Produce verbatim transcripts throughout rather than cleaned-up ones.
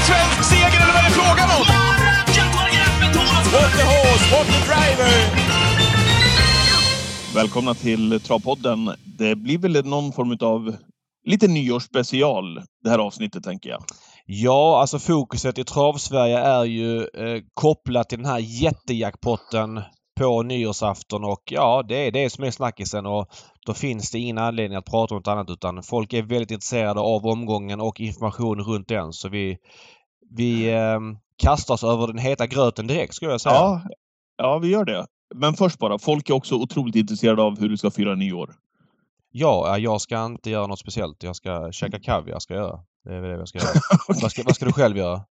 svensk seger eller vad är det frågan om? What the horse, what the driver! Välkomna till Travpodden. Det blir väl någon form av lite nyårsspecial det här avsnittet, tänker jag. Ja, alltså fokuset i Travsverige är ju eh, kopplat till den här jättejackpotten på nyårsafton, och ja, det är det som är snackisen, och då finns det ingen anledning att prata om något annat, utan folk är väldigt intresserade av omgången och information runt den, så vi, vi eh, kastar oss över den heta gröten direkt, skulle jag säga. Ja, ja, vi gör det. Men först bara, folk är också otroligt intresserade av hur du ska fira nyår. Ja, jag ska inte göra något speciellt. Jag ska käka kaviar, ska jag göra. Det är det jag ska göra. vad, ska, vad ska du själv göra?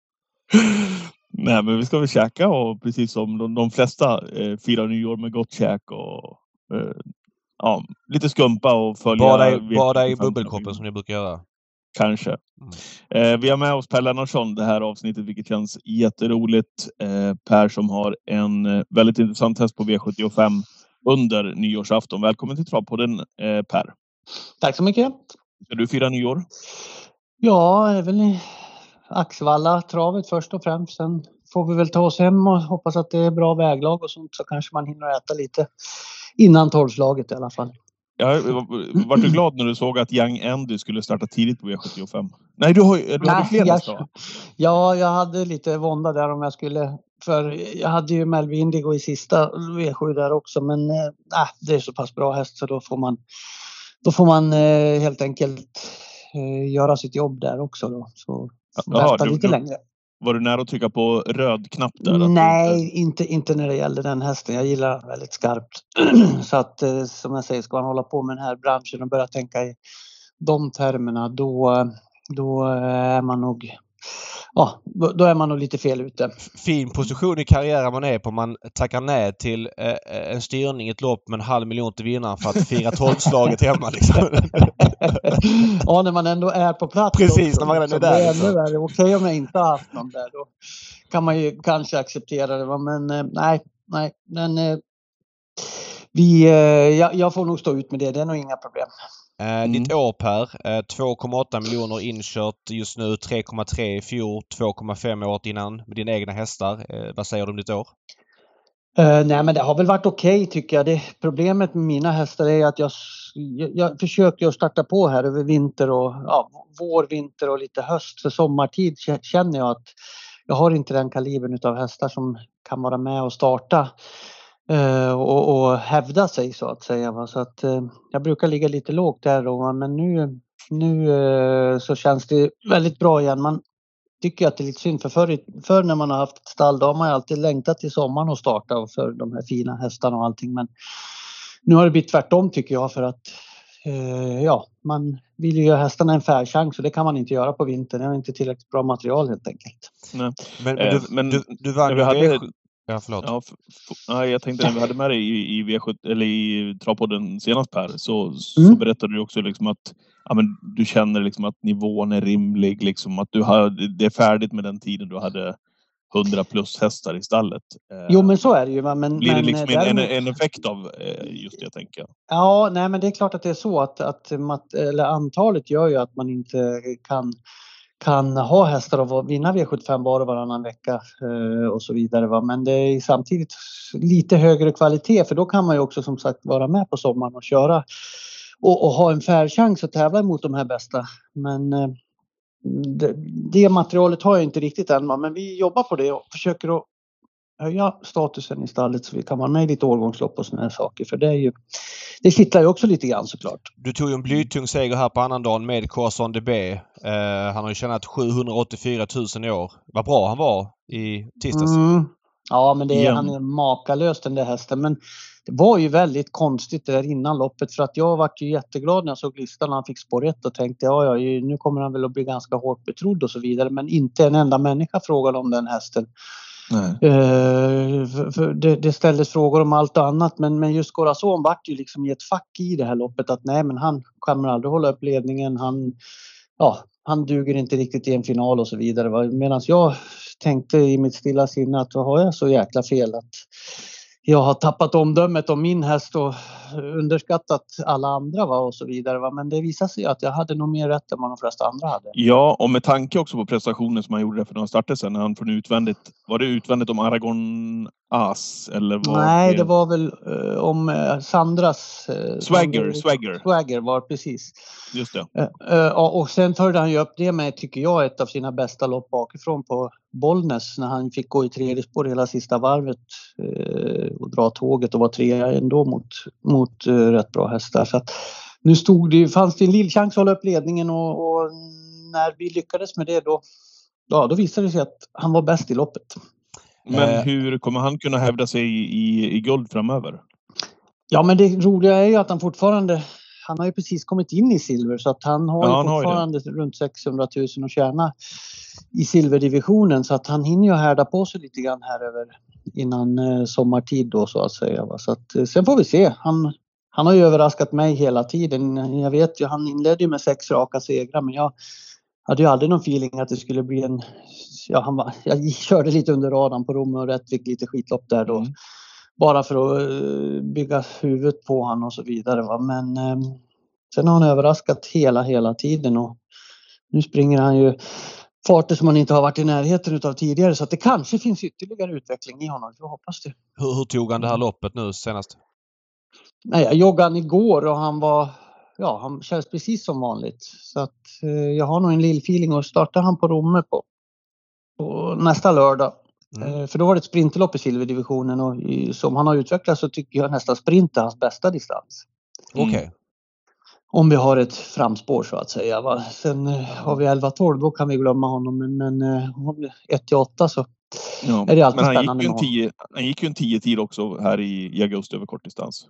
Nej, men vi ska väl käka, och precis som de, de flesta eh, firar nyår med gott käk och eh, ja, lite skumpa och följa... Bada i, bada i bubbelkoppen som ni brukar göra. Kanske. Mm. Eh, vi har med oss Per Lennartsson det här avsnittet, vilket känns jätteroligt. Eh, Per som har en eh, väldigt intressant häst på V sjuttiofem under nyårsafton. Välkommen till Travpodden, eh, Per. Tack så mycket. Ska du fira nyår? Ja, det är väl i Axvalla travet först och främst. Sen får vi väl ta oss hem och hoppas att det är bra väglag och sånt, så kanske man hinner äta lite innan tolvslaget i alla fall. Ja, var du glad när du såg att Young Andy skulle starta tidigt på V sjuttiofem? Nej, du har ju fler nästa. Ja, jag hade lite vånda där om jag skulle... För jag hade ju Melby Indigo i sista V sju där också, men äh, det är så pass bra häst, så då får man, då får man äh, helt enkelt äh, göra sitt jobb där också då. Så Jaha, vänta du, lite du, längre. Var du nära att trycka på röd knapp där? Nej, inte... Inte, inte när det gäller den hästen. Jag gillar den väldigt skarpt. Så att äh, som jag säger, ska man hålla på med den här branschen och börja tänka i de termerna, då, då är man nog... Ja, då är man nog lite fel ute. Fin position i karriären man är på. Man tackar nej till eh, en styrning i ett lopp med en halv miljon till vinnaren för att fira tolvslaget hemma. Liksom. Ja, när man ändå är på plats. Precis, också, när man är liksom. där. Det är liksom. ännu värre. Okej om jag inte har haft någon där. Då kan man ju kanske acceptera det. Men eh, nej, nej. Men eh, vi, eh, jag, jag får nog stå ut med det. Det är nog inga problem. Eh, Mm. Ditt år, Per, eh, två komma åtta miljoner inkört just nu, tre komma tre i fjol, två komma fem året innan med dina egna hästar. Eh, vad säger du om ditt år? Uh, nej, men det har väl varit okej, okay, tycker jag. Det, problemet med mina hästar är att jag, jag, jag försöker att starta på här över vinter och ja, vår, vinter och lite höst. För sommartid känner jag att jag har inte den kalibern av hästar som kan vara med och starta. Uh, och, och hävda sig, så att säga. Va? Så att uh, jag brukar ligga lite lågt där då, men nu, nu uh, så känns det väldigt bra igen. Man tycker att det är lite synd, för, för, för när man har haft ett stall, då har man alltid längtat till sommaren och starta för de här fina hästarna och allting. Men nu har det blivit tvärtom, tycker jag, för att uh, ja, man vill ju ge hästarna en fair chans, och det kan man inte göra på vintern. Det är inte tillräckligt bra material helt enkelt. Nej. Men, men, du, men du, du vann ju hade... Ja, förlåt. Ja, f- f- ja, jag tänkte när vi hade med dig i, i V sju eller i Travpodden senast, Per, så, så Mm. berättade du också liksom att ja, men du känner liksom att nivån är rimlig, liksom att du har, det är färdigt med den tiden du hade hundra plus hästar i stallet. Jo, men så är det ju. Men, blir det men, liksom däremot... en, en effekt av just det, jag tänker? Ja, nej, men det är klart att det är så att, att mat, eller antalet gör ju att man inte kan kan ha hästar och vinna V sjuttiofem var och varannan vecka eh, och så vidare. Va? Men det är samtidigt lite högre kvalitet, för då kan man ju också som sagt vara med på sommaren och köra och, och ha en fair chans att tävla mot de här bästa. Men eh, det, det materialet har jag inte riktigt än, men vi jobbar på det och försöker att höja statusen i stallet så vi kan vara med i lite årgångslopp och såna här saker. För det är ju, det kittlar ju också lite grann, såklart. Du tog ju en blytung seger här på annandagen med Corson D B. Eh, han har ju tjänat sjuhundraåttiofyra tusen i år. Vad bra han var i tisdags. Mm. Ja, men det är, Igen. han är makalös, den där hästen. Men det var ju väldigt konstigt det där innan loppet, för att jag var ju jätteglad när jag såg listan när han fick spår ett och tänkte ja, ja, nu kommer han väl att bli ganska hårt betrodd och så vidare. Men inte en enda människa frågade om den hästen. Nej. Uh, för, för det, det ställdes frågor om allt och annat, men, men just Corazon vart ju liksom i ett fack i det här loppet att nej, men han kommer aldrig hålla upp ledningen, han, ja, han duger inte riktigt i en final och så vidare. Medan jag tänkte i mitt stilla sinne att vad har jag så jäkla fel, att jag har tappat omdömet om min häst och underskattat alla andra va, och så vidare. Va? Men det visade sig att jag hade nog mer rätt än vad de flesta andra hade. Ja, och med tanke också på prestationen som han gjorde för några starter sedan när han från utvändigt, var det utvändigt om Aragon As? Eller var Nej, det... det var väl uh, om uh, Sandras... Uh, Swagger, Swagger. Swagger var precis. Just det. Uh, uh, och sen följde han ju upp det med, tycker jag, ett av sina bästa lopp bakifrån på Bollnäs när han fick gå i tredje spår hela sista varvet uh, och dra tåget och var trea ändå mot, mot uh, rätt bra hästar. Så att nu stod det, fanns det en lill chans att hålla upp ledningen och, och när vi lyckades med det då, ja, då visade det sig att han var bäst i loppet. Men eh. hur kommer han kunna hävda sig i, i, i guld framöver? Ja, men det roliga är ju att han fortfarande, han har ju precis kommit in i silver så att han har ja, ju han fortfarande har runt sexhundratusen att tjäna i silverdivisionen så att han hinner ju härda på sig lite grann här över innan eh, sommartid då så att säga. Va? Så att, eh, sen får vi se. Han, han har ju överraskat mig hela tiden. Jag vet ju, han inledde ju med sex raka segrar men jag hade ju aldrig någon feeling att det skulle bli en, ja, han var, jag körde lite under radarn på Rom och Rättvik, lite skitlopp där då. Mm. Bara för att bygga huvudet på han och så vidare. Va? Men eh, sen har han överraskat hela, hela tiden och nu springer han ju farter som man inte har varit i närheten utav tidigare. Så att det kanske finns ytterligare utveckling i honom. Jag hoppas det. Hur, hur tog han det här loppet nu senast? Nej, jag joggade han igår och han var, ja, han känns precis som vanligt. Så att eh, jag har nog en lill feeling och startar han på Romme på, på nästa lördag. Mm. För då var det ett sprinterlopp i silverdivisionen och i, som han har utvecklat så tycker jag nästan sprint är hans bästa distans. Okej. Okay. Om vi har ett framspår så att säga. Va? Sen mm. har vi elva tolv, då kan vi glömma honom. Men, men ett till åtta så ja. Är det alltid men han spännande gick, ju en tio, han gick ju en tio tid också här i, i augusti över kortdistans.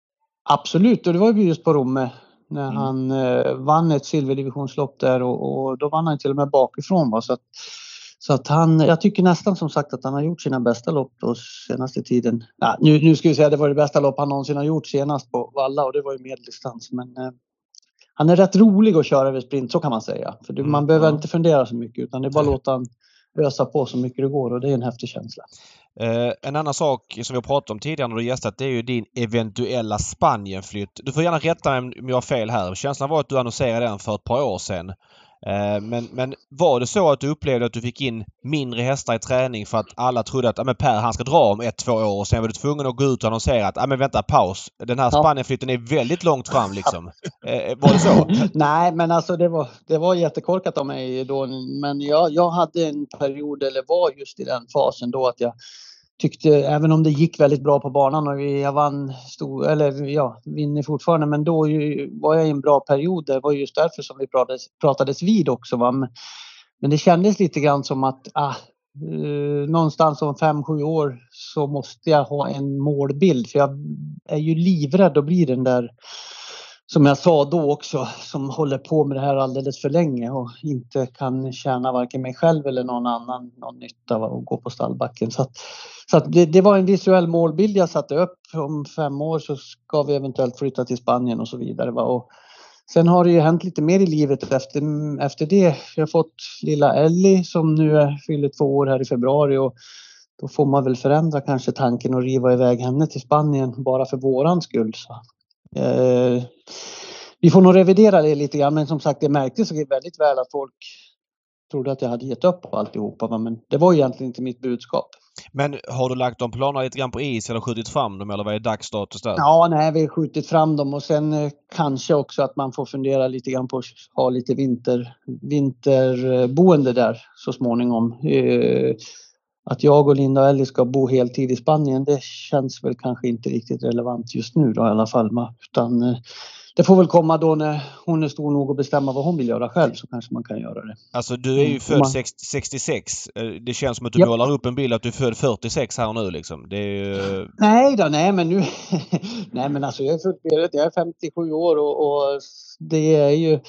Absolut, och det var ju just på Romme när mm. han eh, vann ett silverdivisionslopp där och, och då vann han till och med bakifrån. Va? Så att Så att han, jag tycker nästan som sagt att han har gjort sina bästa lopp på senaste tiden. Ja, nu, nu ska vi säga att det var det bästa lopp han någonsin har gjort senast på Valla och det var ju medeldistans. Men eh, han är rätt rolig att köra över sprint, så kan man säga. För det, mm, man behöver ja. inte fundera så mycket utan det är bara att låta han ösa på så mycket det går och det är en häftig känsla. Eh, en annan sak som vi har pratat om tidigare när du gästat, det är ju din eventuella Spanienflytt. Du får gärna rätta mig om jag har fel här. Känslan var att du annonserade den för ett par år sedan. Men, men var det så att du upplevde att du fick in mindre hästar i träning för att alla trodde att ah, men Per han ska dra om ett, två år och sen var du tvungen att gå ut och annonsera att ah, men vänta, paus. Den här Spanienflytten är väldigt långt fram liksom. Var det så? Nej, men alltså det var, det var jättekorkat av mig då. Men jag, jag hade en period, eller var just i den fasen då att jag tyckte, även om det gick väldigt bra på banan och jag vann, stor, eller ja, vinner fortfarande, men då var jag i en bra period. Det var just därför som vi pratades, pratades vid också. Va? Men, men det kändes lite grann som att ah, eh, någonstans om fem, sju år så måste jag ha en målbild. För jag är ju livrädd att bli den där, som jag sa då också, som håller på med det här alldeles för länge och inte kan tjäna varken mig själv eller någon annan någon nytta av att gå på stallbacken. Så, att, så att det, det var en visuell målbild jag satte upp. Om fem år så ska vi eventuellt flytta till Spanien och så vidare. Va? Och sen har det ju hänt lite mer i livet efter, efter det. Jag har fått lilla Ellie som nu är fyller två år här i februari och då får man väl förändra kanske tanken och riva iväg henne till Spanien bara för våran skull. Så. Eh, vi får nog revidera det lite grann, men som sagt det märktes väldigt väl att folk trodde att jag hade gett upp på alltihopa, men det var egentligen inte mitt budskap. Men har du lagt de planerna lite grann på is eller skjutit fram dem eller vad är dagsstatus där? Ja, nej, vi har skjutit fram dem och sen eh, kanske också att man får fundera lite grann på att ha lite vinter, vinterboende där så småningom. Eh, Att jag och Linda och Ellie ska bo heltid i Spanien, det känns väl kanske inte riktigt relevant just nu då i alla fall. Utan eh, det får väl komma då när hon är stor nog att bestämma vad hon vill göra själv, så kanske man kan göra det. Alltså du är ju född man... sextiosex. Det känns som att du yep. målar upp en bild att du är född fyrtiosex här nu liksom. Det är ju... Nej då, nej men nu... nej men alltså jag är född, jag är femtiosju år och, och det är ju...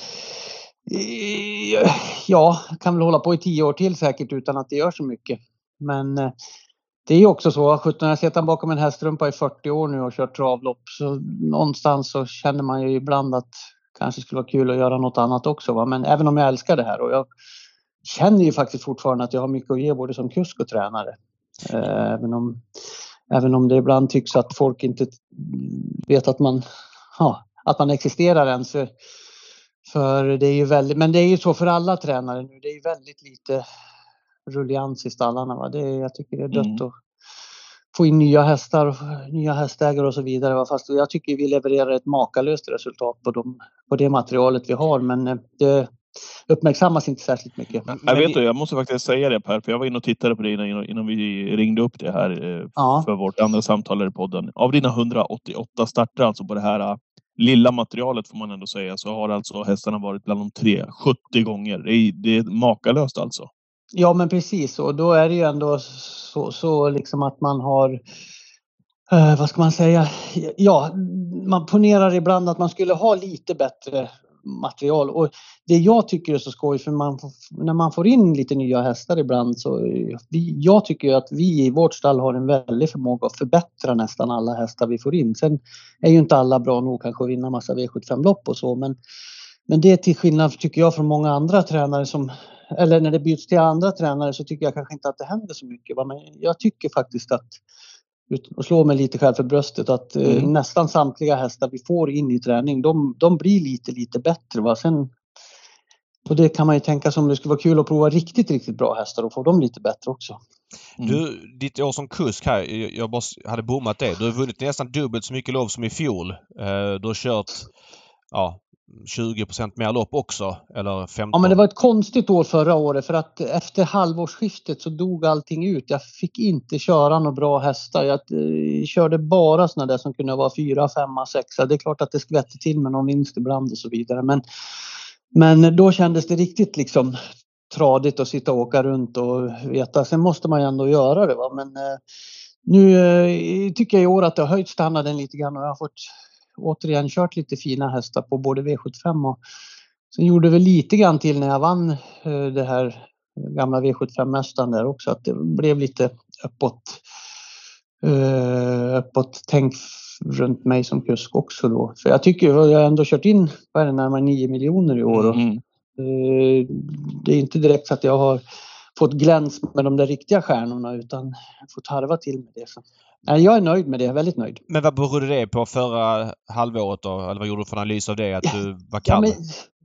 Ja, kan väl hålla på i tio år till säkert utan att det gör så mycket. Men eh, det är ju också så, sjutton jag sitter bakom en hästrumpa i fyrtio år nu och kört travlopp, så någonstans så känner man ju ibland att kanske skulle vara kul att göra något annat också. Va? Men även om jag älskar det här och jag känner ju faktiskt fortfarande att jag har mycket att ge både som kusk och tränare. Eh, även om Även om det ibland tycks att folk inte vet att man, ja, att man existerar än. Så, för det är ju väldigt, men det är ju så för alla tränare nu. Det är ju väldigt lite rullians i stallarna. Va? Det är, jag tycker det är dött mm. att få in nya hästar och nya hästägare och så vidare. Va? Fast jag tycker vi levererar ett makalöst resultat på, de, på det materialet vi har. Men det uppmärksammas inte särskilt mycket. Men, jag vet du, jag måste faktiskt säga det Per, för jag var inne och tittade på det innan, innan vi ringde upp det här eh, ja. för vårt andra samtal i podden. Av dina hundraåttioåtta starter alltså på det här uh, lilla materialet får man ändå säga, så har alltså hästarna varit bland de tre sjuttio gånger. Det är, det är makalöst alltså. Ja men precis, och då är det ju ändå så, så liksom att man har eh, vad ska man säga, ja man ponerar ibland att man skulle ha lite bättre material, och det jag tycker är så skoj, för man får, när man får in lite nya hästar ibland så vi, jag tycker att vi i vårt stall har en väldig förmåga att förbättra nästan alla hästar vi får in. Sen är ju inte alla bra nog kanske att vinna massa V sjuttiofem-lopp och så, men, men det är till skillnad tycker jag från många andra tränare som, eller när det byts till andra tränare så tycker jag kanske inte att det händer så mycket, va? Men jag tycker faktiskt att, och slår mig lite själv för bröstet, att mm. eh, nästan samtliga hästar vi får in i träning, de, de blir lite lite bättre. Va? Sen, och det kan man ju tänka som det skulle vara kul att prova riktigt riktigt bra hästar och få dem lite bättre också. Mm. Du, ditt år som kusk här, jag bara hade bommat det. Du har vunnit nästan dubbelt så mycket lov som i fjol. Du har kört ja, tjugo procent mer lopp också, eller femton. Ja, men det var ett konstigt år förra året, för att efter halvårsskiftet så dog allting ut. Jag fick inte köra några bra hästar. Jag eh, körde bara såna där som kunde vara fyra, femma, sexa. Det är klart att det skvätte till med någon vinst ibland och så vidare. Men, men då kändes det riktigt liksom tradigt att sitta och åka runt och veta. Sen måste man ju ändå göra det. Va? Men eh, nu eh, tycker jag i år att det har höjt standarden lite grann, och jag har fått återigen kört lite fina hästar på både V sjuttiofem och sen gjorde vi lite grann till när jag vann eh, det här gamla V sjuttiofem-mästaren där också, att det blev lite uppåt eh, uppåt tänk runt mig som kusk också då. För jag tycker jag har ändå kört in vad är det, närmare nio miljoner i år. Och, mm. eh, det är inte direkt så att jag har fått gläns med de där riktiga stjärnorna, utan fått harva till med det. Så. Nej, jag är nöjd med det, jag är väldigt nöjd. Men vad berodde det på förra halvåret då? Eller vad gjorde du för analys av det? Att ja, du var kall? Ja, men,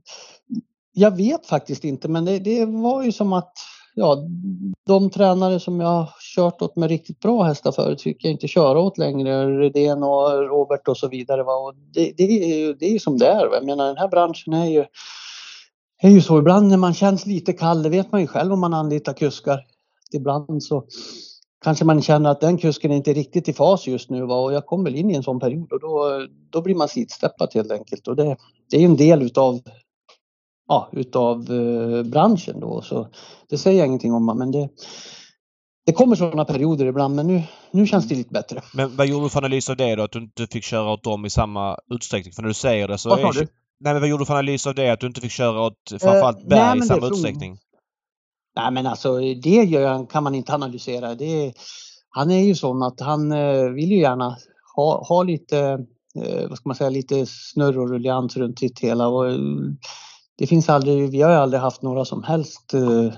jag vet faktiskt inte, men det, det var ju som att ja, de tränare som jag har kört åt med riktigt bra hästar förut fick jag inte köra åt längre. Redén och Robert och så vidare. Va? Och det, det, är ju, det är ju som det är. Va? Jag menar, den här branschen är ju, är ju så. Ibland när man känns lite kall, det vet man ju själv om man anlitar kuskar. Ibland så kanske man känner att den kusken är inte riktigt i fas just nu. Va? Och jag kommer väl in i en sån period, och då, då blir man sidsteppad helt enkelt. Och det, det är en del utav ja, utav eh, branschen då, så det säger jag ingenting om, men det, det kommer sådana perioder ibland, men nu, nu känns det lite bättre. Men vad gjorde du för analys av det då, att du inte fick köra åt dem i samma utsträckning? För när du säger det så vad är... du? Nej, men vad gjorde du för analys av det, att du inte fick köra åt framförallt uh, Berg i samma från... utsträckning? Nej, men alltså det gör, kan man inte analysera. Det, han är ju sån att han eh, vill ju gärna ha, ha lite, eh, vad ska man säga, lite snurr och rullians runt sitt hela, och det finns aldrig, vi har ju aldrig haft några som helst eh,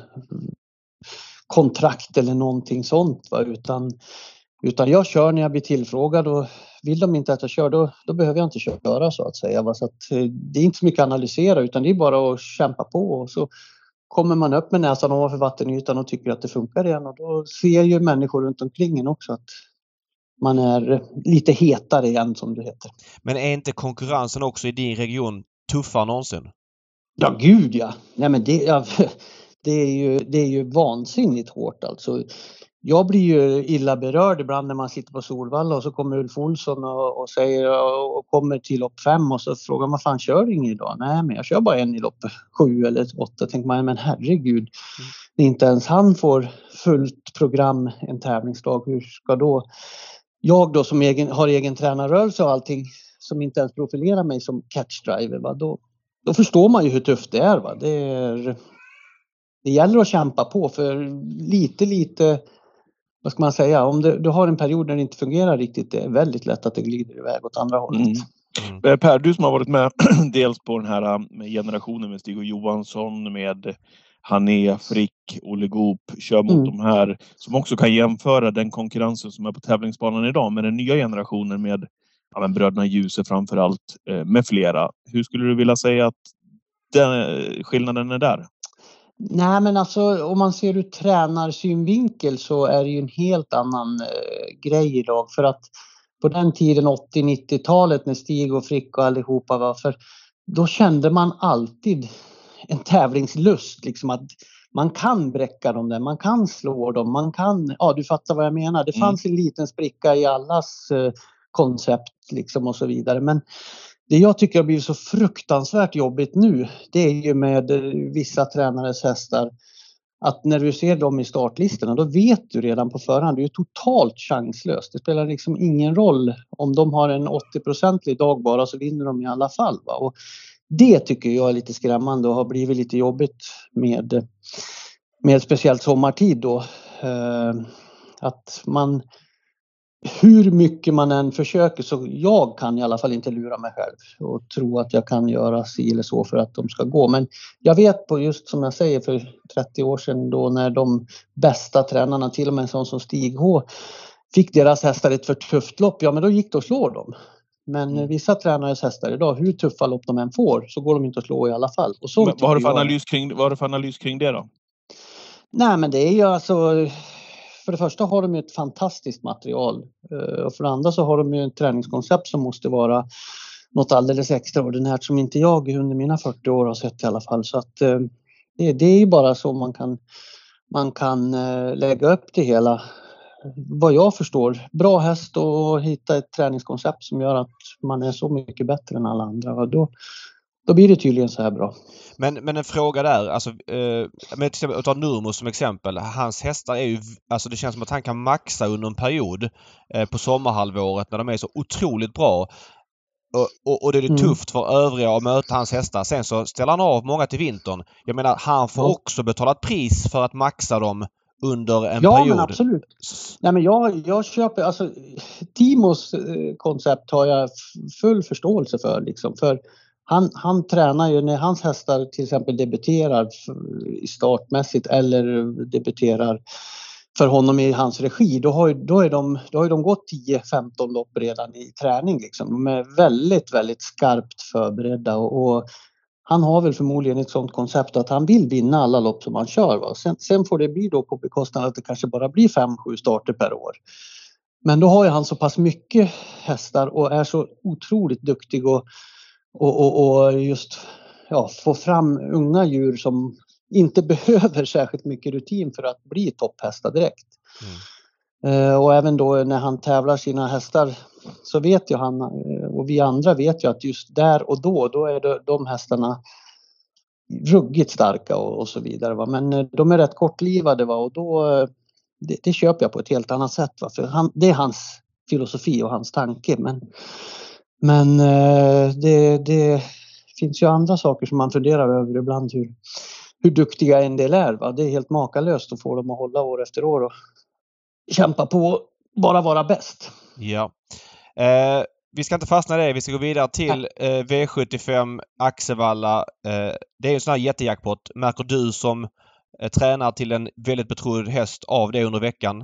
kontrakt eller någonting sånt, va? Utan, utan jag kör när jag blir tillfrågad, och vill de inte att jag kör då, då behöver jag inte köra så att säga. Va? Så att, eh, det är inte så mycket att analysera, utan det är bara att kämpa på, och så kommer man upp med näsan ovanför vattenytan och tycker att det funkar igen, och då ser ju människor runt omkring en också att man är lite hetare igen, som det heter. Men är inte konkurrensen också i din region tuffare någonsin? Ja, gud ja. Nej, men det, ja, det, är ju, det är ju vansinnigt hårt alltså. Jag blir ju illa berörd ibland när man sitter på Solvalla, och så kommer Ulf Olsson och, och säger och kommer till lopp fem, och så frågar man, fan kör ingen idag? Nej, men jag kör bara en i lopp sju eller åtta. Tänker man, men herregud, mm. inte ens han får fullt program en tävlingsdag. Hur ska då jag då som egen, har egen tränarrörelse och allting, som inte ens profilerar mig som catchdriver, va? Då Då förstår man ju hur tufft det är. Va? Det, är, det gäller att kämpa på, för lite, lite, vad ska man säga, om det, du har en period där det inte fungerar riktigt, det är väldigt lätt att det glider iväg åt andra hållet. Mm. Mm. Per, du som har varit med dels på den här med generationen med Stig och Johansson, med Hané, Frick, Olle Goop kör mot Mm. de här som också kan jämföra den konkurrensen som är på tävlingsbanan idag med den nya generationen med ja, men bröderna Djuse framförallt eh, med flera. Hur skulle du vilja säga att den, skillnaden är där? Nej, men alltså om man ser ur tränarsynvinkel så är det ju en helt annan eh, grej idag. För att på den tiden åttio-nittiotalet när Stig och Frick och allihopa var, för då kände man alltid en tävlingslust. Liksom att man kan bräcka dem där, man kan slå dem, man kan, ja du fattar vad jag menar. Det fanns mm. en liten spricka i allas eh, koncept liksom och så vidare. Men det jag tycker har blivit så fruktansvärt jobbigt nu, det är ju med vissa tränares hästar att när du ser dem i startlistorna då vet du redan på förhand, det är ju totalt chanslöst. Det spelar liksom ingen roll om de har en åttio procentig dag bara så vinner de i alla fall. Va? Och det tycker jag är lite skrämmande och har blivit lite jobbigt med, med speciellt sommartid då. Eh, att man hur mycket man än försöker så jag kan i alla fall inte lura mig själv och tro att jag kan göra si eller så för att de ska gå. Men jag vet på just som jag säger för trettio år sedan då när de bästa tränarna, till och med en sån som Stig H, fick deras hästar ett för tufft lopp, ja men då gick det att slå dem. Men mm. vissa tränares hästar idag, hur tuffa lopp de än får så går de inte att slå i alla fall. Och så men, vad, har du för analys kring, vad har du för analys kring det då? Nej men det är ju alltså... För det första har de ett fantastiskt material och för det andra så har de ju ett träningskoncept som måste vara något alldeles extraordinärt som inte jag under mina fyrtio år har sett i alla fall. Så att det, det är ju bara så man kan, man kan lägga upp det hela. Vad jag förstår, bra häst och hitta ett träningskoncept som gör att man är så mycket bättre än alla andra. Och då, då blir det tydligen så här bra. Men, men en fråga där, alltså, eh, med till exempel, ta Nurmos som exempel. Hans hästar är ju, alltså det känns som att han kan maxa under en period eh, på sommarhalvåret när de är så otroligt bra. Och, och, och det är det mm. tufft för övriga att möta hans hästar. Sen så ställer han av många till vintern. Jag menar, han får ja. också betala ett pris för att maxa dem under en ja, period. Ja, men absolut. Nej, men jag, jag köper, alltså Timos eh, koncept har jag full förståelse för liksom, för Han, han tränar ju när hans hästar till exempel debuterar i startmässigt eller debuterar för honom i hans regi. Då har, då är de, då har de gått tio femton lopp redan i träning. Liksom. De är väldigt, väldigt skarpt förberedda och, och han har väl förmodligen ett sådant koncept att han vill vinna alla lopp som han kör. Va? Sen, sen får det bli då på bekostnad att det kanske bara blir fem sju starter per år. Men då har ju han så pass mycket hästar och är så otroligt duktig och Och, och, och just ja, få fram unga djur som inte behöver särskilt mycket rutin för att bli topphästar direkt. Mm. Eh, och även då när han tävlar sina hästar så vet ju han och vi andra vet ju att just där och då, då är det, de hästarna ruggigt starka och, och så vidare. Va? Men de är rätt kortlivade va? Och då, det, det köper jag på ett helt annat sätt. Va? För han, det är hans filosofi och hans tanke. Men Men eh, det, det finns ju andra saker som man funderar över ibland hur, hur duktiga en del är. Va? Det är helt makalöst att få dem att hålla år efter år och kämpa på bara vara bäst. Ja. Eh, vi ska inte fastna i det. Vi ska gå vidare till eh, V sjuttiofem Axevalla. Eh, det är en sån här jättejackpot. Märker du som eh, tränar till en väldigt betrodd häst av det under veckan?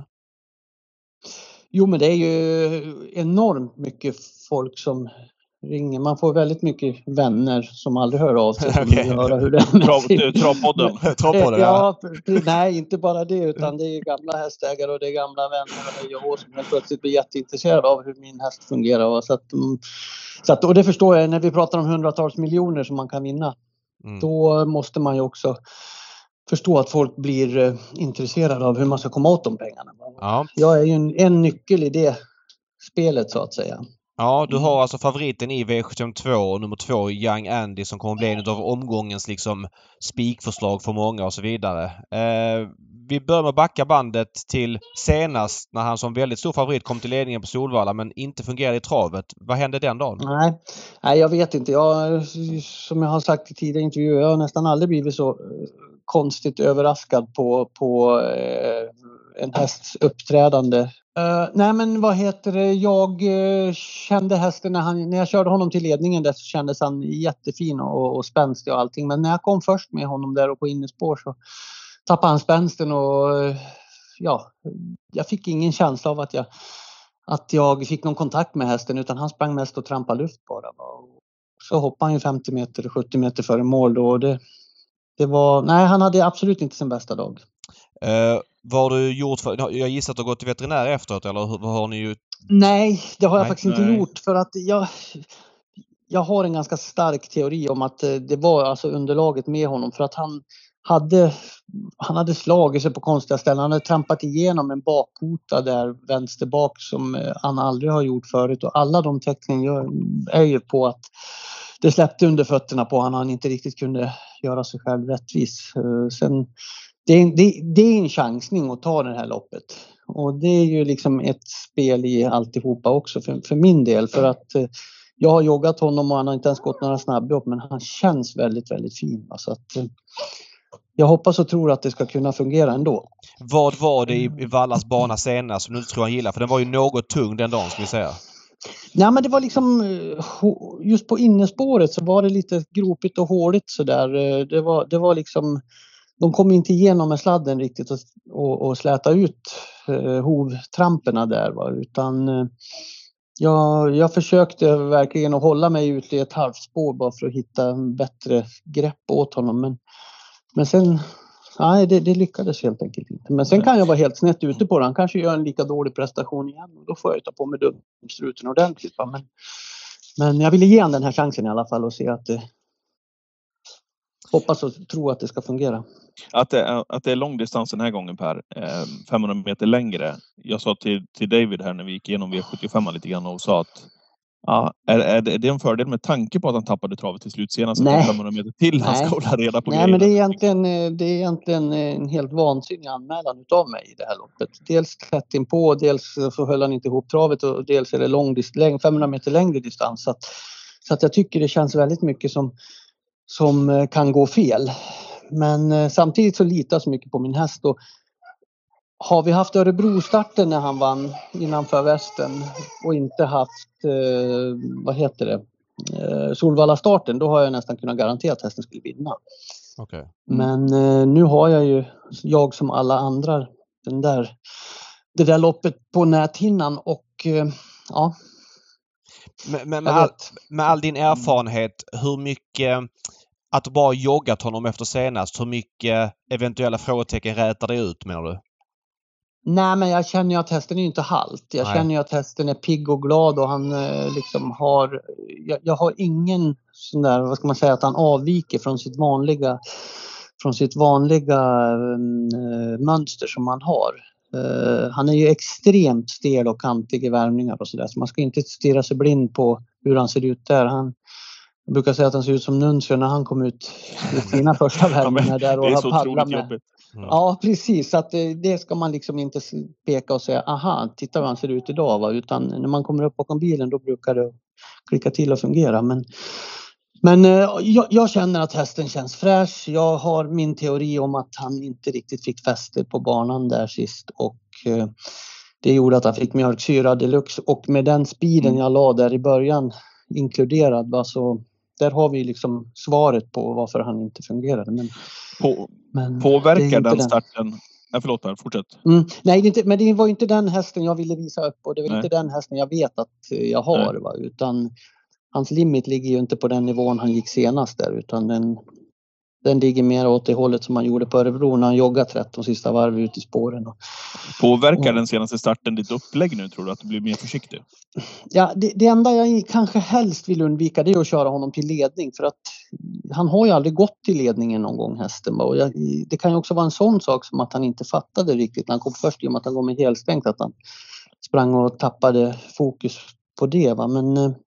Jo men det är ju enormt mycket folk som ringer. Man får väldigt mycket vänner som aldrig hör av sig. Okay. Höra hur det är Travpodden. Travpodden, ja. ja. Nej, inte bara det utan det är gamla hästägare och det är gamla vänner och jag som helt plötsligt blir jätteintresserad av hur min häst fungerar. Så att, så att, och det förstår jag när vi pratar om hundratals miljoner som man kan vinna. Mm. Då måste man ju också förstå att folk blir eh, intresserade av hur man ska komma åt de pengarna. Ja. Jag är ju en, en nyckel i det spelet så att säga. Ja, du har alltså favoriten i V sjuttiotvå, nummer två Young Andy som kommer bli en av omgångens liksom spikförslag för många och så vidare. Eh, vi börjar med att backa bandet till senast när han som väldigt stor favorit kom till ledningen på Solvalla men inte fungerade i travet. Vad hände den dagen? Nej, nej jag vet inte. Jag, som jag har sagt i tidigare intervjuer, jag har nästan aldrig blivit så konstigt överraskad på, på eh, en hästs uppträdande. Uh, nej men vad heter det, jag uh, kände hästen när, han, när jag körde honom till ledningen där, så kändes han jättefin och, och spänstig och allting. Men när jag kom först med honom där och på innespår så tappade han spänsten och uh, ja, jag fick ingen känsla av att jag, att jag fick någon kontakt med hästen, utan han sprang mest och trampade luft bara. Så hoppade han ju femtio meter, sjuttio meter före mål då, och det, det var, nej han hade absolut inte sin bästa dag. Uh, vad har du gjort för, jag gissar att du har gått till veterinär efteråt, eller vad har ni gjort? Nej, det har jag nej, faktiskt nej. inte gjort, för att jag, jag har en ganska stark teori om att det var alltså underlaget med honom, för att han hade, han hade slagit sig på konstiga ställen. Han hade trampat igenom en bakkota där vänster bak som han aldrig har gjort förut, och alla de tecknen gör, är ju på att det släppte under fötterna på honom. Han inte riktigt kunde göra sig själv rättvis. Sen, det, är, det, det är en chansning att ta det här loppet. Och det är ju liksom ett spel i alltihopa också för, för min del. För att jag har joggat honom och han har inte ens gått några snabbjobb, men han känns väldigt, väldigt fin. Så att jag hoppas och tror att det ska kunna fungera ändå. Vad var det i, i Vallas bana senast som du inte tror han gillar? För den var ju något tung den dagen, ska vi säga. Nej, men det var liksom just på innespåret så var det lite gropigt och håligt så där. Det var, det var liksom, de kom inte igenom med sladden riktigt och, och, och släta ut eh, hovtramperna där, va? Utan eh, jag, jag försökte verkligen att hålla mig ute i ett halvspår bara för att hitta en bättre grepp åt honom. Men, men sen, nej det, det lyckades helt enkelt inte. Men sen kan jag vara helt snett ute på det. Han kanske gör en lika dålig prestation igen och då får jag ta på mig dumstruten ordentligt. Men, men jag ville ge han den här chansen i alla fall och se att det, hoppas och tro att det ska fungera. Att det är, att det är långdistans den här gången, Per. Eh, femhundra meter längre. Jag sa till, till David här när vi gick igenom V sjuttiofem lite grann och sa att ja, är, är, det, är det en fördel med tanke på att han tappade travet till slut senast? Nej. Att femhundra meter till han ska hålla reda på Nej, grejerna. men det är, egentligen, det är egentligen en helt vansinnig anmälan utav mig i det här loppet. Dels tätt in på, dels så höll han inte ihop travet och dels är det lång, femhundra meter längre distans. Så att, så att jag tycker det känns väldigt mycket som, som kan gå fel. Men samtidigt så litar jag så mycket på min häst. Och har vi haft Örebro-starten när han vann innanför västen och inte haft, eh, vad heter det, eh, Solvalla-starten, då har jag nästan kunnat garantera att hästen skulle vinna. Okay. Mm. Men eh, nu har jag ju, jag som alla andra, den där, det där loppet på näthinnan och eh, ja. Men, men med, all, med all din erfarenhet, hur mycket, att du bara joggat honom efter senast, hur mycket eventuella frågetecken rätar det ut, menar du? Nej, men jag känner ju att hästen är inte halt. Jag Nej. känner ju att hästen är pigg och glad och han eh, liksom har, jag, jag har ingen sån där, vad ska man säga, att han avviker från sitt vanliga, från sitt vanliga eh, mönster som han har. Eh, han är ju extremt stel och kantig i värmningar och sådär, så man ska inte stirra sig blind på hur han ser ut där. Han, jag brukar säga att han ser ut som Nuncio när han kom ut i sina första värmningar där och har paddlat med. Jobbigt. Mm. Ja, precis. Så att det ska man liksom inte peka och säga, aha, titta hur han ser ut idag, va? Utan när man kommer upp bakom bilen då brukar det klicka till och fungera. Men, men eh, jag, jag känner att hästen känns fräsch. Jag har min teori om att han inte riktigt fick fäste på banan där sist och eh, det gjorde att han fick mjölksyra deluxe och med den speeden jag la där i början inkluderad, va? Så där har vi liksom svaret på varför han inte fungerade. Men, på, men påverkar den starten? Den. Ja, förlåt, här, fortsätt. Mm, nej, det inte, men det var inte den hästen jag ville visa upp och det var nej. inte den hästen jag vet att jag har. Va? Utan hans limit ligger ju inte på den nivån han gick senast där, utan den, den ligger mer åt det hållet som han gjorde på Örebro när han joggade tretton sista varv ut i spåren. Och, påverkar och, den senaste starten ditt upplägg nu, tror du, att du blir mer försiktig? Ja, det, det enda jag kanske helst vill undvika det är att köra honom till ledning, för att han har ju aldrig gått till ledningen någon gång, hästen. Och jag, det kan ju också vara en sån sak som att han inte fattade riktigt när han kom först, i och med att han går med helstängt, att han sprang och tappade fokus på det. Va? Men eh,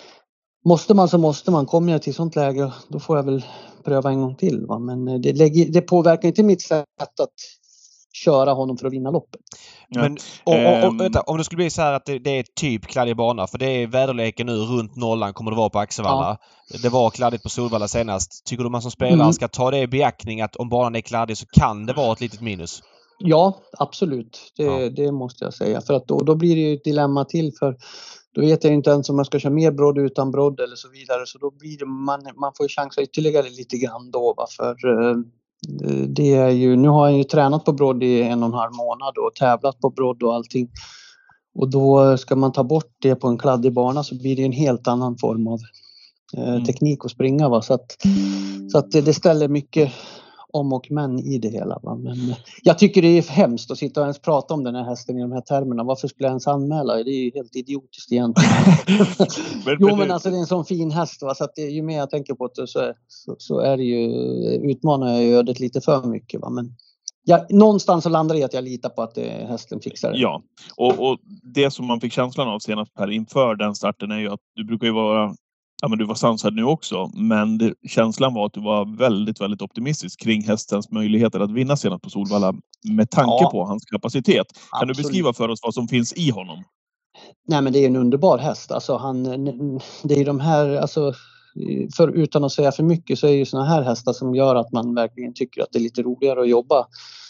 måste man så måste man. Kommer jag till sånt läge, då får jag väl pröva en gång till. Va? Men det, lägger, det påverkar inte mitt sätt att köra honom för att vinna loppet. Men och, och, och, vänta, om det skulle bli så här att det, det är typ kladdig bana, för det är väderleken nu runt nollan kommer det vara på Axevalla. Ja. Det var kladdigt på Solvalla senast. Tycker du man som spelare mm. ska ta det i beaktning att om banan är kladdig så kan det vara ett litet minus? Ja, absolut. Det, Ja. det måste jag säga. För att då, då blir det ju ett dilemma till, för då vet jag inte ens om man ska köra mer brodd utan brodd eller så vidare. Så då blir det, man, man får ju chansa ytterligare lite grann då. Va? För eh, det är ju, nu har jag ju tränat på brodd i en och en halv månad och tävlat på brodd och allting. Och då ska man ta bort det på en kladdig bana, så blir det en helt annan form av eh, Mm. teknik att springa. Va? Så att, så att det, det ställer mycket om och men i det hela. Va? Men jag tycker det är hemskt att sitta och ens prata om den här hästen i de här termerna. Varför skulle jag ens anmäla? Det är ju helt idiotiskt egentligen. men, jo men men det- alltså det är en sån fin häst. Va? Så att det, ju mer jag tänker på det så är, så, så är det ju, utmanar jag ju ödet lite för mycket. Va? Men jag, någonstans så landar det i att jag litar på att det, hästen fixar det. Ja, och, och det som man fick känslan av senast Per inför den starten är ju att du brukar ju vara, ja men du var sansad nu också, men det, känslan var att du var väldigt, väldigt optimistisk kring hästens möjligheter att vinna senast på Solvalla med tanke Ja. på hans kapacitet. Kan Absolut. du beskriva för oss vad som finns i honom? Nej men det är en underbar häst. Alltså han, det är de här, alltså, för, utan att säga för mycket så är det ju såna här hästar som gör att man verkligen tycker att det är lite roligare att jobba.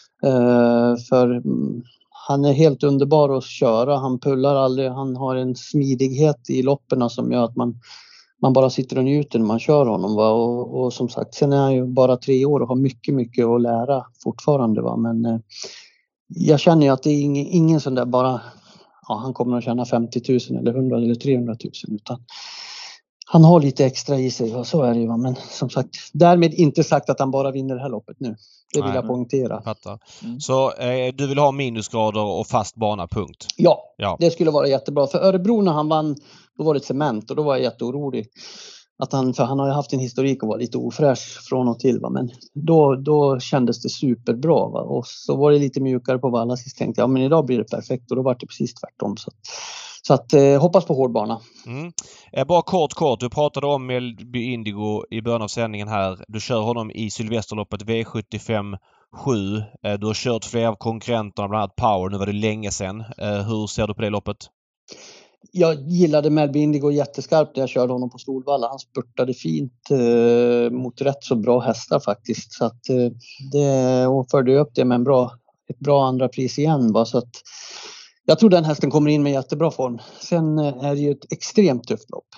Uh, för mm, han är helt underbar att köra. Han pullar aldrig. Han har en smidighet i loppen som gör att man, man bara sitter och njuter när man kör honom. Va? Och, och som sagt, sen är han ju bara tre år och har mycket, mycket att lära fortfarande. Va? Men uh, jag känner ju att det är ingen, ingen sån där bara, ja, han kommer att tjäna femtio tusen eller hundra eller trehundra tusen, utan han har lite extra i sig, och så är det ju. Men som sagt, därmed inte sagt att han bara vinner det här loppet nu. Det vill Nej. jag poängtera. Fattar. Mm. Så eh, du vill ha minusgrader och fast bana, punkt. Ja, Ja. det skulle vara jättebra. För Örebro när han vann, då var det cement och då var jag jätteorolig. Att han, för han har ju haft en historik och var lite ofräsch från och till. Va? Men då, då kändes det superbra. Va? Och så var det lite mjukare på Valla sist. Tänkte jag, ja men idag blir det perfekt. Och då var det precis tvärtom. Så, så att eh, hoppas på hårdbana. Mm. Eh, bara kort, kort. Du pratade om Melby Indigo i början av sändningen här. Du kör honom i Sylvesterloppet V sjuttiofem sju. Eh, du har kört flera av konkurrenterna, bland annat Power. Nu var det länge sedan. Eh, hur ser du på det loppet? Jag gillade Melby Indigo jätteskarpt när jag körde honom på Solvalla. Han spurtade fint eh, mot rätt så bra hästar faktiskt. Så att, eh, det, och förde upp det med en bra, ett bra andra pris igen. Va? Så att, jag tror den hästen kommer in med jättebra form. Sen eh, är det ju ett extremt tufft lopp.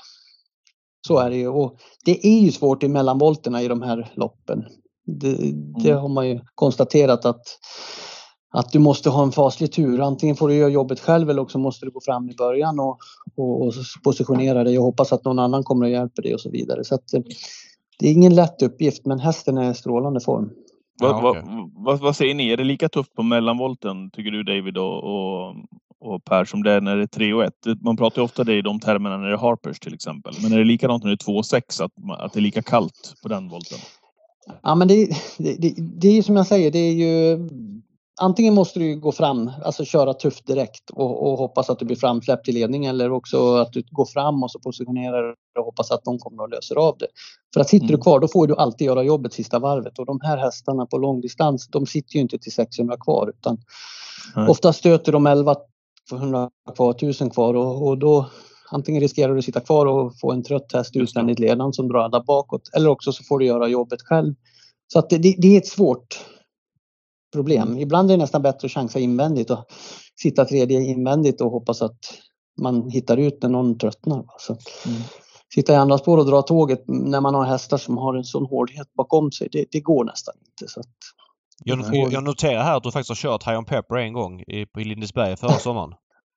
Så är det ju. Och det är ju svårt i mellanvolterna i de här loppen. Det, det har man ju konstaterat att Att du måste ha en faslig tur. Antingen får du göra jobbet själv eller också måste du gå fram i början och, och, och positionera dig och hoppas att någon annan kommer och hjälper dig och så vidare. Så att, det är ingen lätt uppgift, men hästen är i strålande form. Vad, Ja, okej. vad, vad, vad säger ni? Är det lika tufft på mellanvolten, tycker du David och, och, och Per, som det är när det är tre och ett? Man pratar ju ofta det i de termerna när det är Harpers till exempel. Men är det likadant när det är två och sex, att, att det är lika kallt på den volten? Ja, men det, det, det, det är ju som jag säger, det är ju antingen måste du gå fram, alltså köra tufft direkt och, och hoppas att du blir framsläppt i ledning, eller också att du går fram och så positionerar och hoppas att de kommer och löser av det. För att sitter Mm. du kvar, då får du alltid göra jobbet sista varvet, och de här hästarna på långdistans, de sitter ju inte till sexhundra kvar, utan Nej. ofta stöter de elva hundra kvar, tusen kvar, och, och då antingen riskerar du att sitta kvar och få en trött häst utvändigt ledan som drar alla bakåt, eller också så får du göra jobbet själv. Så att det, det, det är ett svårt problem. Mm. Ibland är det nästan bättre att chansa invändigt och sitta tredje invändigt och hoppas att man hittar ut när någon tröttnar. Så Mm. sitta i andra spår och dra tåget när man har hästar som har en sån hårdhet bakom sig, det, det går nästan inte. Så att Jag, får... jag noterar här att du faktiskt har kört High on Pepper en gång i, på Lindesberg förra sommaren.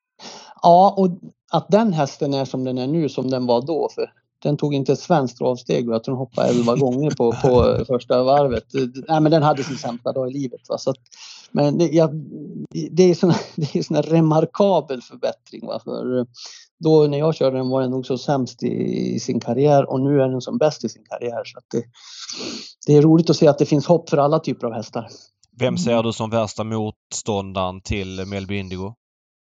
Ja, och att den hästen är som den är nu, som den var då, för den tog inte ett svenskt avsteg och jag tror den hoppade elva gånger på, på första varvet. Nej, men den hade sin sämsta dag i livet. Va? Så att, men det, ja, det är sån, det är sån här remarkabel förbättring. Va? För då när jag körde den var den nog så sämst i, i sin karriär, och nu är den som bäst i sin karriär. Så att det, det är roligt att se att det finns hopp för alla typer av hästar. Vem ser du som värsta motståndaren till Melby Indigo?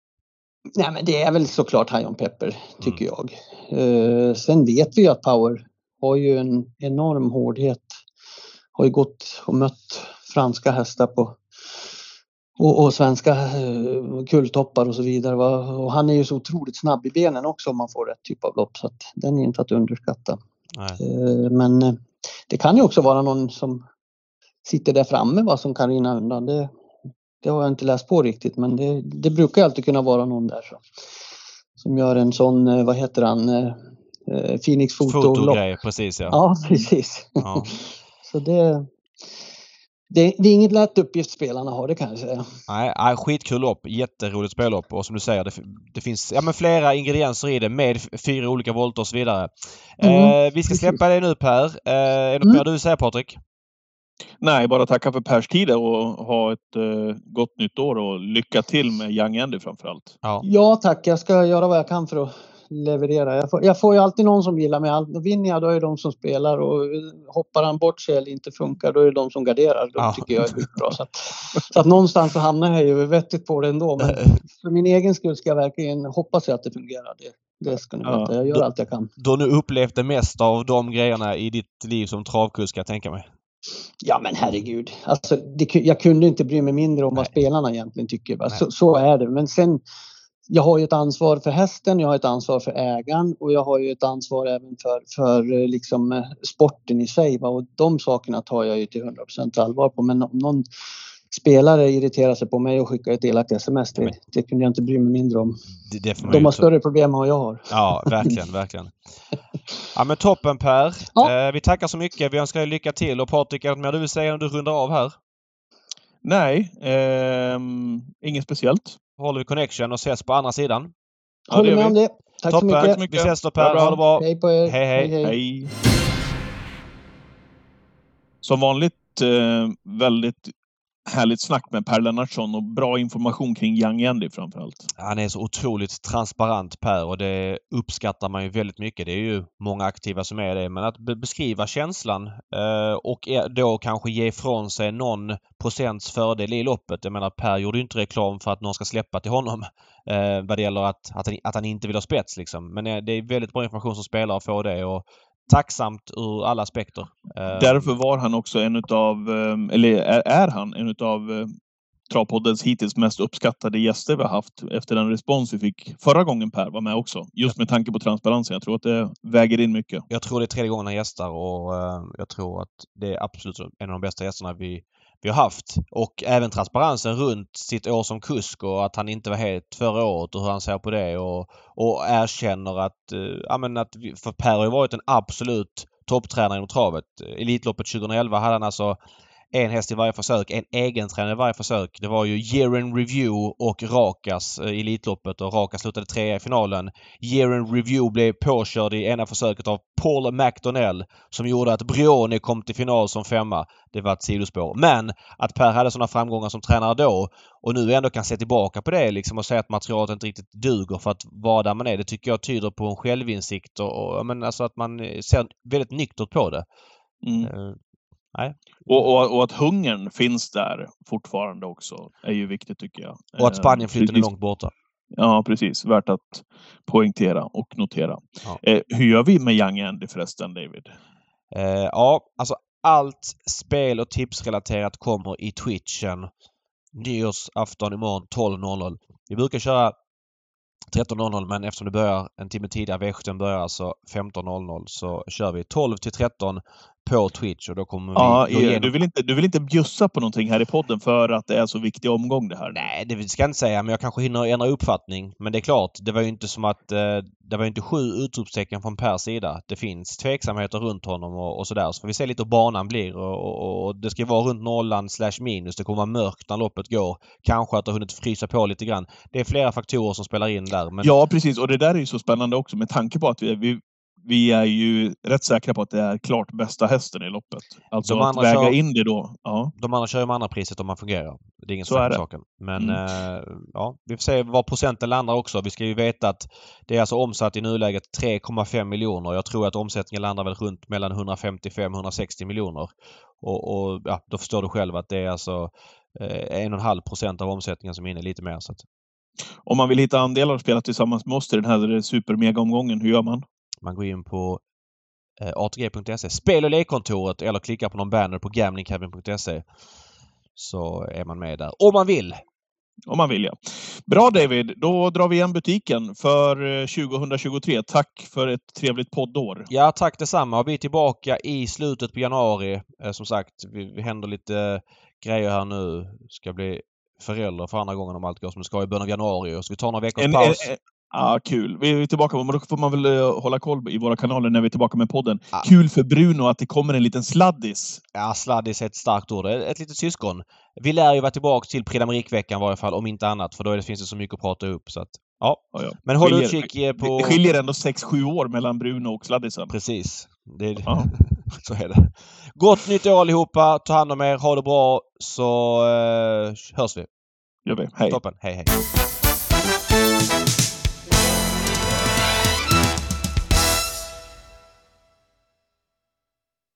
Nej, men det är väl såklart High on Pepper, tycker mm. jag. Uh, sen vet vi ju att Power har ju en enorm hårdhet. Har ju gått och mött franska hästar på och, och svenska uh, kulltoppar och så vidare. Va? Och han är ju så otroligt snabb i benen också om man får rätt typ av lopp. Så att den är inte att underskatta. Uh, men uh, det kan ju också vara någon som sitter där framme, va, som kan rinna undan. Det, det har jag inte läst på riktigt, men det, det brukar alltid kunna vara någon där så, som gör en sån, vad heter han, eh, Phoenix fotolopp. Fotogrej, precis ja. Ja, precis. Ja. Så det, det, det är inget lätt uppgift spelarna har, det kan jag säga. Nej, nej skitkul lopp. Jätteroligt spellopp. Och som du säger, det, det finns ja, men flera ingredienser i det med fyra olika volter och så vidare. Mm, eh, vi ska släppa det nu Per. Eh, är det något Mm. mer du vill säga Patrik? Nej, bara tacka för Pers tid och ha ett uh, gott nytt år och lycka till med Young Andy framförallt. Ja. Ja tack, jag ska göra vad jag kan för att leverera. Jag får, jag får ju alltid någon som gillar mig. Allt, vinner jag då är det de som spelar och hoppar han bort sig eller inte funkar då är det de som garderar. De Ja. tycker jag är bra. Så att, så att någonstans så hamnar jag ju vettigt på det ändå. Men för min egen skull ska jag verkligen hoppas att det fungerar. Det, det ska ni veta. Jag gör du, allt jag kan. Du har nu upplevt det mesta av de grejerna i ditt liv som travkusk, kan jag tänka mig. Ja men herregud. Alltså, det, jag kunde inte bry mig mindre om Nej. vad spelarna egentligen tycker. Så, så är det. Men sen, jag har ju ett ansvar för hästen, jag har ett ansvar för ägaren och jag har ju ett ansvar även för, för liksom, sporten i sig. Va? Och de sakerna tar jag ju till hundra procent allvar på. Men om någon spelare irriterar sig på mig och skickar ett elakt sms, det, det kunde jag inte bry mig mindre om. Det, det de har större problem än vad jag har. Ja, verkligen, verkligen. Ja men toppen Per. Ja. Eh, vi tackar så mycket. Vi önskar dig lycka till. Och Patrik, är det mer du vill säga när du rundar av här? Nej, eh, inget speciellt. Håller vi connection och ses på andra sidan. Ja, Håller det med vi. om det. Tack Toppen. så mycket. Tack så mycket. Vi ses då Per. Bra. Ha det bra. Hej på er. Hej, hej. hej. Hej. Som vanligt eh, väldigt härligt snack med Per Lennartsson och bra information kring Young Andy framförallt. Han är så otroligt transparent Per och det uppskattar man ju väldigt mycket. Det är ju många aktiva som är det. Men att be- beskriva känslan eh, och är, då kanske ge ifrån sig någon procents fördel i loppet. Jag menar Per gjorde ju inte reklam för att någon ska släppa till honom eh, vad det gäller att, att, han, att han inte vill ha spets liksom. Men eh, det är väldigt bra information som spelare får det och tacksamt ur alla aspekter. Eh, Därför var han också en utav, eh, eller är, är han en utav eh, Travpoddens hittills mest uppskattade gäster vi har haft efter den respons vi fick förra gången Per var med också. Just med tanke på transparensen. Jag tror att det väger in mycket. Jag tror det är tredje gången han gästar och uh, jag tror att det är absolut en av de bästa gästerna vi, vi har haft. Och även transparensen runt sitt år som kusk och att han inte var helt förra året och hur han ser på det och, och erkänner att, uh, ja, men att vi, för Per har ju varit en absolut topptränare inom travet. Elitloppet tjugoelva hade han alltså en häst i varje försök, en egen tränare i varje försök. Det var ju Year in Review och Rakas i Elitloppet och Rakas slutade trea i finalen. Year in Review blev påkörd i ena försöket av Paul McDonnell som gjorde att Brioni kom till final som femma. Det var ett sidospår. Men att Per hade sådana framgångar som tränare då och nu ändå kan se tillbaka på det liksom och säga att materialet inte riktigt duger för att vara där man är. Det tycker jag tyder på en självinsikt och, och men alltså att man ser väldigt nyktert på det. Mm. Uh, nej. Och, och, och att hungern finns där fortfarande också är ju viktigt tycker jag. Och att Spanienflytten är precis. långt borta. Ja, precis. Värt att poängtera och notera. Ja. Eh, hur gör vi med Young Andy förresten, David? Eh, ja, alltså allt spel och tipsrelaterat kommer i Twitchen. Nyårsafton imorgon tolv noll noll. Vi brukar köra tretton noll noll men eftersom det börjar en timme tidigare, V sjutton börjar alltså femton noll noll så kör vi tolv till tretton på Twitch och då kommer Ja, vi gå igenom... du, vill inte, du vill inte bjussa på någonting här i podden för att det är så viktig omgång det här? Nej, det ska jag inte säga, men jag kanske hinner ändra uppfattning. Men det är klart, det var ju inte som att eh, det var inte sju utropstecken från Pers sida. Det finns tveksamheter runt honom och, och sådär. Så får vi se lite hur banan blir och, och, och det ska vara runt nollan slash minus. Det kommer vara mörkt när loppet går. Kanske att det har hunnit frysa på lite grann. Det är flera faktorer som spelar in där. Men... Ja, precis. Och det där är ju så spännande också med tanke på att vi, vi Vi är ju rätt säkra på att det är klart bästa hästen i loppet. Alltså de att väga kör, in det då. Ja. De andra kör ju med andra priset om man fungerar. Det är ingen så är det. saken. Men mm. eh, ja, vi får se vad procenten landar också. Vi ska ju veta att det är alltså omsatt i nuläget tre komma fem miljoner. Jag tror att omsättningen landar väl runt mellan hundrafemtiofem till hundrasextio miljoner. Och, och ja, då förstår du själv att det är alltså eh, en och en halv procent av omsättningen som är inne lite mer. Så att... Om man vill hitta andelar och spela tillsammans med oss i den här super-mega-omgången, hur gör man? Man går in på eh, a t g punkt se, spel- och lekkontoret eller klickar på någon banner på gamblingcabin punkt se så är man med där. Om man vill! Om man vill, ja. Bra David, då drar vi igen butiken för tjugohundratjugotre. Tack för ett trevligt poddår. Ja, tack detsamma. Vi är tillbaka i slutet på januari. Eh, som sagt, vi, vi händer lite eh, grejer här nu. Det ska bli förälder för andra gången om allt går som det ska i början av januari. Så vi tar några veckors En, paus. en, en, ja, kul. Vi är tillbaka, men då får man väl uh, hålla koll i våra kanaler när vi är tillbaka med podden. Ja. Kul för Bruno att det kommer en liten sladdis. Ja, sladdis är ett starkt ord. Ett litet syskon. Vi lär ju vara tillbaka till Prix d'Amérique-veckan i varje fall, om inte annat. För då är det, finns det så mycket att prata upp. Så att, ja. Ja, ja. Men håll skiljer, utkik på... Det skiljer ändå sex sju år mellan Bruno och sladdisen. Precis. Det är... Ja. Så är det. Gott nytt år allihopa. Ta hand om er. Ha det bra. Så uh, hörs vi. Gör vi. Hej. Toppen. Hej, hej.